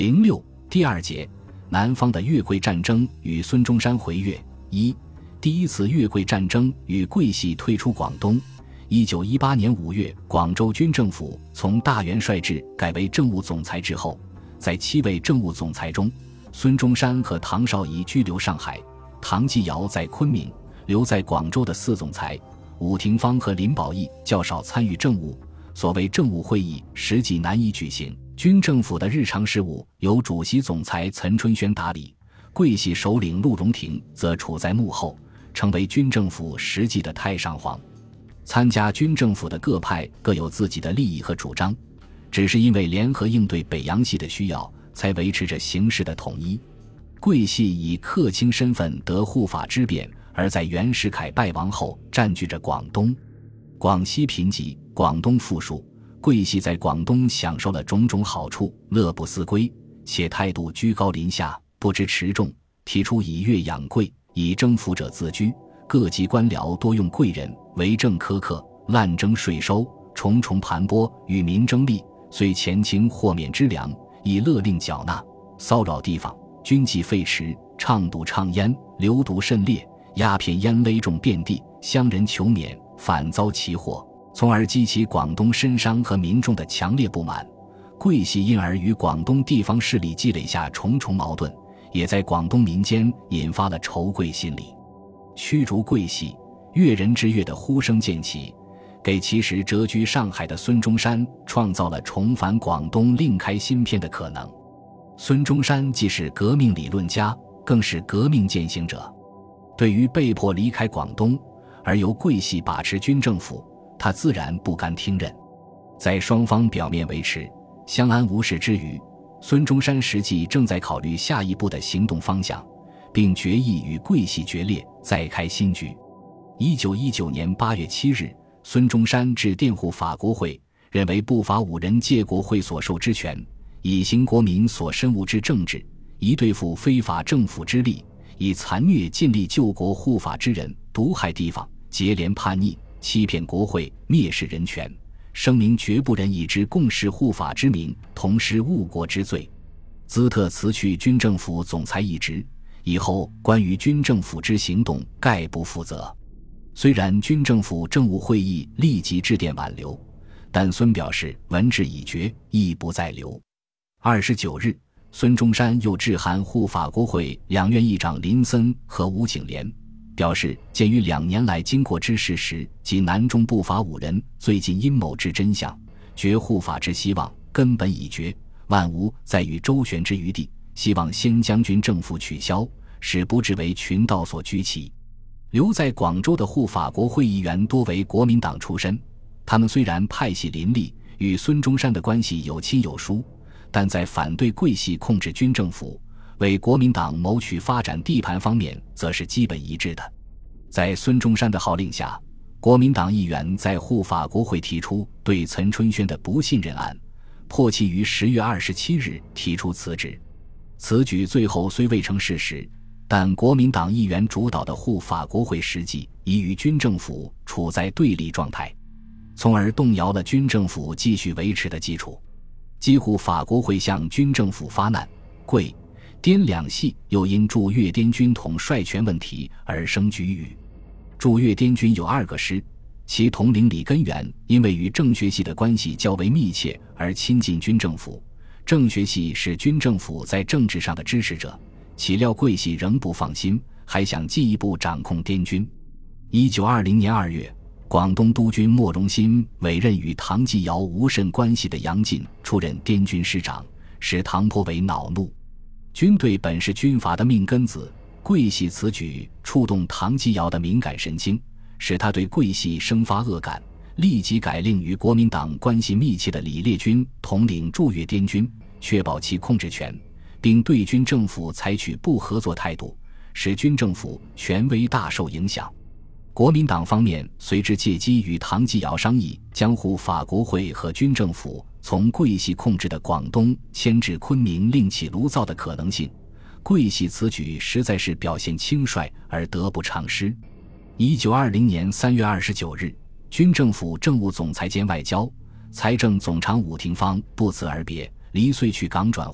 06第二节，南方的越桂战争与孙中山回粤。第一次越桂战争与桂系退出广东。1918年5月，广州军政府从大元帅制改为政务总裁制后，在7位政务总裁中，孙中山和唐绍仪居留上海，唐继尧在昆明，留在广州的4总裁伍廷芳和林保义较少参与政务，所谓政务会议实际难以举行。军政府的日常事务由主席总裁岑春轩打理，桂系首领陆荣廷则处在幕后，成为军政府实际的太上皇。参加军政府的各派各有自己的利益和主张，只是因为联合应对北洋系的需要，才维持着形势的统一。桂系以客卿身份得护法之便，而在袁世凯败亡后占据着广东。广西贫瘠，广东富庶，桂系在广东享受了种种好处，乐不思归，且态度居高临下，不知持重，提出以粤养桂，以征服者自居，各级官僚多用贵人，为政苛刻，滥征税收，重重盘剥，与民争利，虽前清豁免之粮，以勒令缴纳，骚扰地方，军纪废弛，倡赌倡烟，流毒甚烈，鸦片烟勒重遍地，乡人求免，反遭其祸，从而激起广东绅商和民众的强烈不满。桂系因而与广东地方势力积累下重重矛盾，也在广东民间引发了仇桂心理。驱逐桂系，粤人之粤的呼声渐起，给其实谪居上海的孙中山创造了重返广东另开新篇的可能。孙中山既是革命理论家，更是革命践行者。对于被迫离开广东而由桂系把持军政府，他自然不甘听任。在双方表面维持相安无事之余，孙中山实际正在考虑下一步的行动方向，并决意与桂系决裂，再开新局。1919年8月7日，孙中山致电护法国会，认为不法5人借国会所受之权，以行国民所深恶之政治，以对付非法政府之力，以残虐尽力救国护法之人，毒害地方，结连叛逆，欺骗国会，蔑视人权，声明绝不忍以之共事护法之名，同施误国之罪。兹特辞去军政府总裁一职，以后关于军政府之行动概不负责。虽然军政府政务会议立即致电挽留，但孙表示文志已决，亦不再留。29日，孙中山又致函护法国会两院议长林森和吴景莲，表示鉴于2年来经过之事实及南中不法5人最近阴谋之真相，绝护法之希望根本已绝，万无再与周旋之余地，希望先将军政府取消，使不至为群盗所居其。留在广州的护法国会议员多为国民党出身，他们虽然派系林立，与孙中山的关系有亲有疏，但在反对桂系控制军政府，为国民党谋取发展地盘方面则是基本一致的。在孙中山的号令下，国民党议员在护法国会提出对岑春轩的不信任案，迫其于10月27日提出辞职。此举最后虽未成事实，但国民党议员主导的护法国会实际已与军政府处在对立状态，从而动摇了军政府继续维持的基础。几乎法国会向军政府发难，桂、滇两系又因驻粤滇军统帅权问题而生龃龉。驻粤滇军有2个师，其统领李根源因为与政学系的关系较为密切而亲近军政府，政学系是军政府在政治上的支持者，岂料桂系仍不放心，还想进一步掌控滇军。1920年2月，广东督军莫荣新委任与唐继尧无甚关系的杨进出任滇军师长，使唐颇为恼怒。军队本是军阀的命根子，桂系此举触动唐继尧的敏感神经，使他对桂系生发恶感，立即改令与国民党关系密切的李烈钧统领驻粤滇军，确保其控制权，并对军政府采取不合作态度，使军政府权威大受影响。国民党方面随之借机与唐继尧商议，将护法国会和军政府从桂系控制的广东迁至昆明另起炉灶的可能性。桂系此举实在是表现轻率而得不偿失。1920年3月29日，军政府政务总裁兼外交、财政总长伍廷芳不辞而别，离遂去港转户，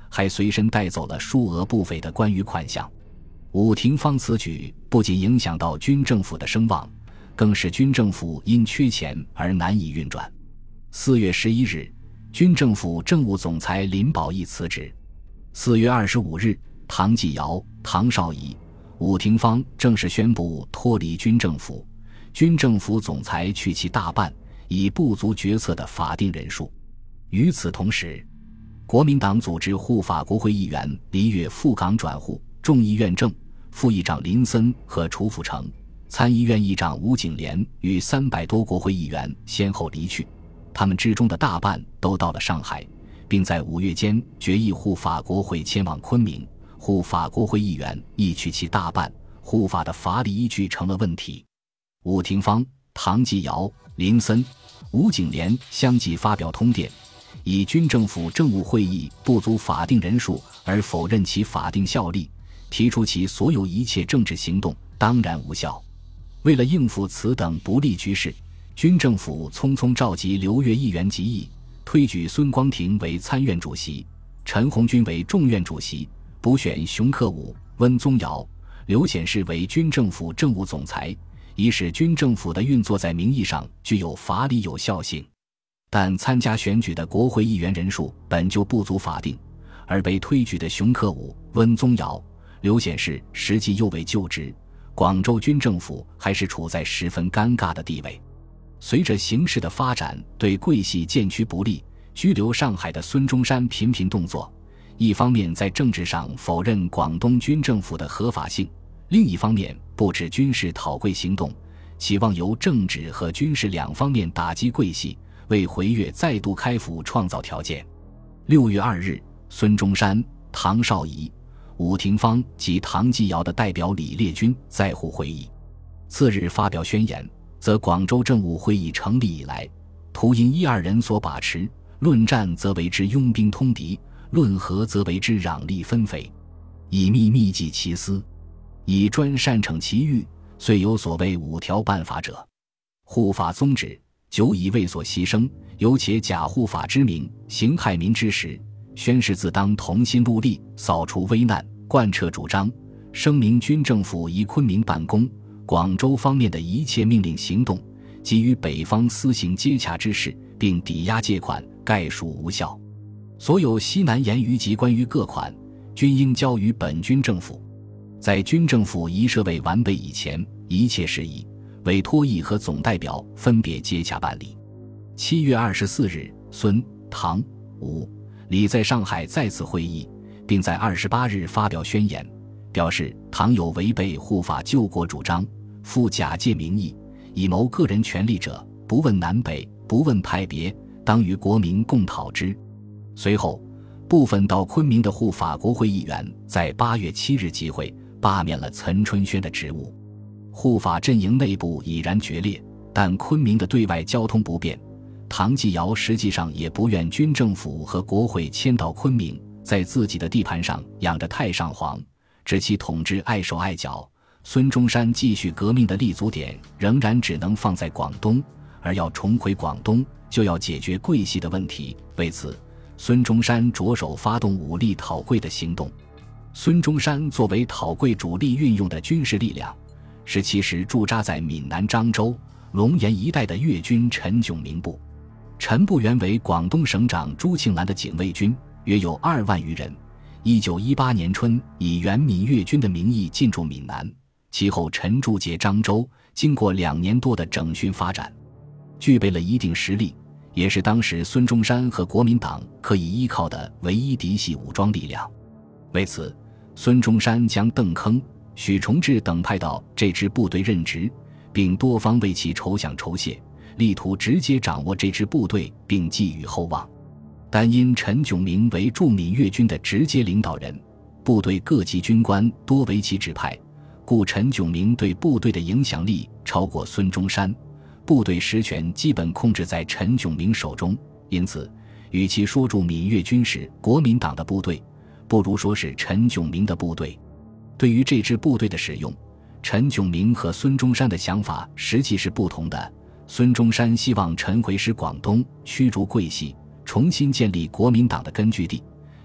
还随身带走了数额不菲的关于款项。伍廷芳此举不仅影响到军政府的声望，更使军政府因缺钱而难以运转。4月11日，军政府政务总裁林保义辞职。4月25日，唐继尧、唐绍仪、伍廷芳正式宣布脱离军政府，军政府总裁去其大半，以不足决策的法定人数。与此同时，国民党组织护法国会议员李岳赴港转沪，众议院正副议长林森和楚辅成、参议院议长吴景莲与300多国会议员先后离去，他们之中的大半都到了上海，并在5月间决议护法国会迁往昆明，护法国会议员亦去其大半，护法的法理依据成了问题。伍廷芳、唐继尧、林森、吴景莲相继发表通电，以军政府政务会议不足法定人数而否认其法定效力，提出其所有一切政治行动当然无效。为了应付此等不利局势，军政府匆匆召集刘越议员集议，推举孙光庭为参院主席，陈鸿钧为众院主席，补选熊克武、温宗尧、刘显世为军政府政务总裁，以使军政府的运作在名义上具有法理有效性。但参加选举的国会议员人数本就不足法定，而被推举的熊克武、温宗尧、刘显世实际又未就职，广州军政府还是处在十分尴尬的地位。随着形势的发展对桂系渐趋不利，居留上海的孙中山频频动作，一方面在政治上否认广东军政府的合法性，另一方面布置军事讨桂行动，期望由政治和军事两方面打击桂系，为回粤再度开埠创造条件。6月2日，孙中山、唐绍仪、伍廷芳及唐继尧的代表李烈钧在沪会议。次日发表宣言，则广州政务会议成立以来，徒因1、2人所把持，论战则为之拥兵通敌，论和则为之攘力分肥，以密集其私，以专擅惩其欲，遂有所谓5条办法者。护法宗旨，久以为所牺牲，犹且假护法之名，行害民之实，宣誓自当同心戮力，扫除危难，贯彻主张，声明军政府宜昆明办公，广州方面的一切命令行动，及于北方私行接洽之事，并抵押借款，概属无效。所有西南言余及关于各款，均应交于本军政府。在军政府移设为完备以前，一切事宜委托议和总代表分别接洽办理。7月24日，孙、唐、伍、李在上海再次会议，并在28日发表宣言，表示倘有违背护法救国主张，附假借名义，以谋个人权利者，不问南北，不问派别，当与国民共讨之。随后，部分到昆明的护法国会议员在8月7日集会，罢免了岑春轩的职务。护法阵营内部已然决裂，但昆明的对外交通不便，唐继尧实际上也不愿军政府和国会迁到昆明，在自己的地盘上养着太上皇，指其统治碍手碍脚。孙中山继续革命的立足点仍然只能放在广东，而要重回广东，就要解决桂系的问题。为此，孙中山着手发动武力讨桂的行动。孙中山作为讨桂主力运用的军事力量，是其时驻扎在闽南漳州、龙岩一带的粤军陈炯明部。陈部原为广东省长朱庆澜的警卫军，约有2万余人。1918年春以原闽粤军的名义进驻闽南，其后陈驻节漳州，经过2年多的整训发展，具备了一定实力，也是当时孙中山和国民党可以依靠的唯一嫡系武装力量。为此，孙中山将邓铿、许崇智等派到这支部队任职，并多方为其筹饷筹械，力图直接掌握这支部队并寄予厚望。但因陈炯明为驻闽粤军的直接领导人，部队各级军官多为其指派，故陈炯明对部队的影响力超过孙中山，部队实权基本控制在陈炯明手中。因此，与其说驻闽粤军是国民党的部队，不如说是陈炯明的部队。对于这支部队的使用，陈炯明和孙中山的想法实际是不同的。孙中山希望陈回师广东，驱逐桂系，重新建立国民党的根据地，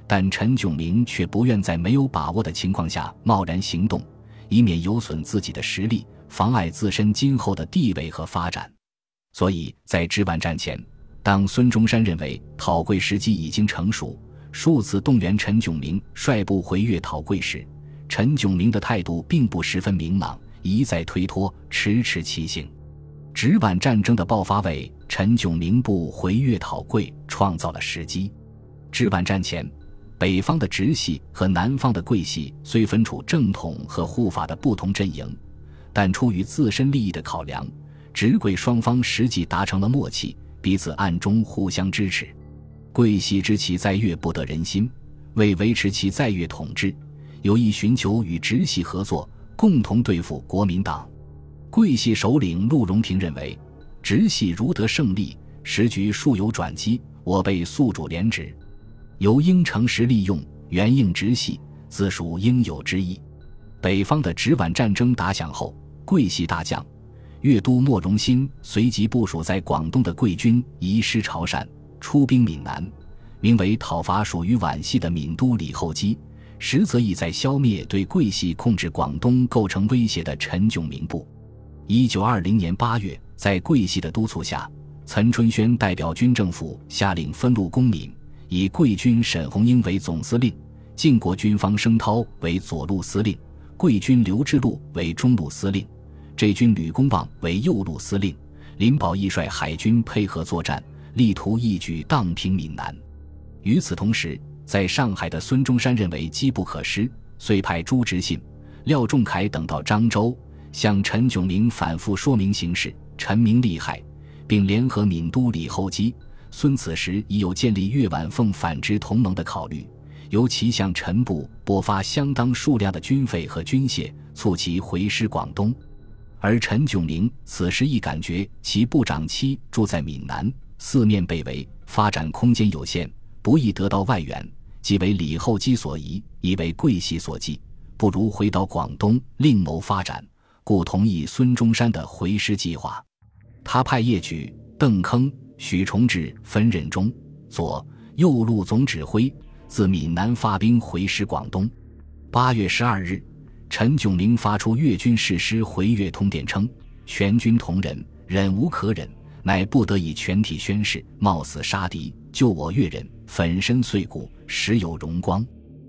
但陈炯明却不愿在没有把握的情况下贸然行动，以免有损自己的实力，妨碍自身今后的地位和发展。所以在直皖战前，当孙中山认为讨桂时机已经成熟，数次动员陈炯明率部回粤讨桂时，陈炯明的态度并不十分明朗，一再推脱，迟迟其行。直皖战争的爆发为陈炯明部回粤讨桂创造了时机。直皖战前，北方的直系和南方的桂系虽分处正统和护法的不同阵营，但出于自身利益的考量，直桂双方实际达成了默契，彼此暗中互相支持。桂系知其在粤不得人心，为维持其在粤统治，有意寻求与直系合作，共同对付国民党。桂系首领陆荣廷认为，直系如得胜利，时局数有转机，我辈宿主廉直，由应诚实利用，援应直系，自属应有之意。北方的直皖战争打响后，桂系大将粤都莫荣新随即部署在广东的桂军移师潮汕，出兵闽南，名为讨伐属于皖系的闽都李厚基，实则意在消灭对桂系控制广东构成威胁的陈炯明部。1920年8月，在桂系的督促下，岑春轩代表军政府下令分路公民，以桂军沈鸿英为总司令，晋国军方声涛为左路司令，桂军刘志禄为中路司令，这军吕公望为右路司令，林保义率海军配合作战，力图一举荡平闽南。与此同时，在上海的孙中山认为机不可失，遂派朱执信、廖仲恺等到漳州，向陈炯明反复说明形势，陈明利害，并联合闽都李厚基、孙此时已有建立粤皖奉反直同盟的考虑，尤其向陈部拨发相当数量的军费和军械，促其回师广东。而陈炯明此时亦感觉其部长期住在闽南，四面被围，发展空间有限，不易得到外援，即为李厚基所疑，亦为桂系所忌，不如回到广东另谋发展，故同意孙中山的回师计划。他派叶举、邓铿、许崇智分任中、左、右路总指挥，自闽南发兵回师广东。8月12日，陈炯明发出粤军誓师回粤通电称，全军同仁，忍无可忍，乃不得已全体宣誓，冒死杀敌，救我粤人，粉身碎骨，实有荣光。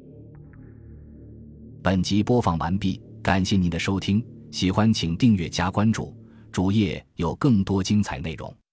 本集播放完毕，感谢您的收听，喜欢请订阅加关注，主页有更多精彩内容。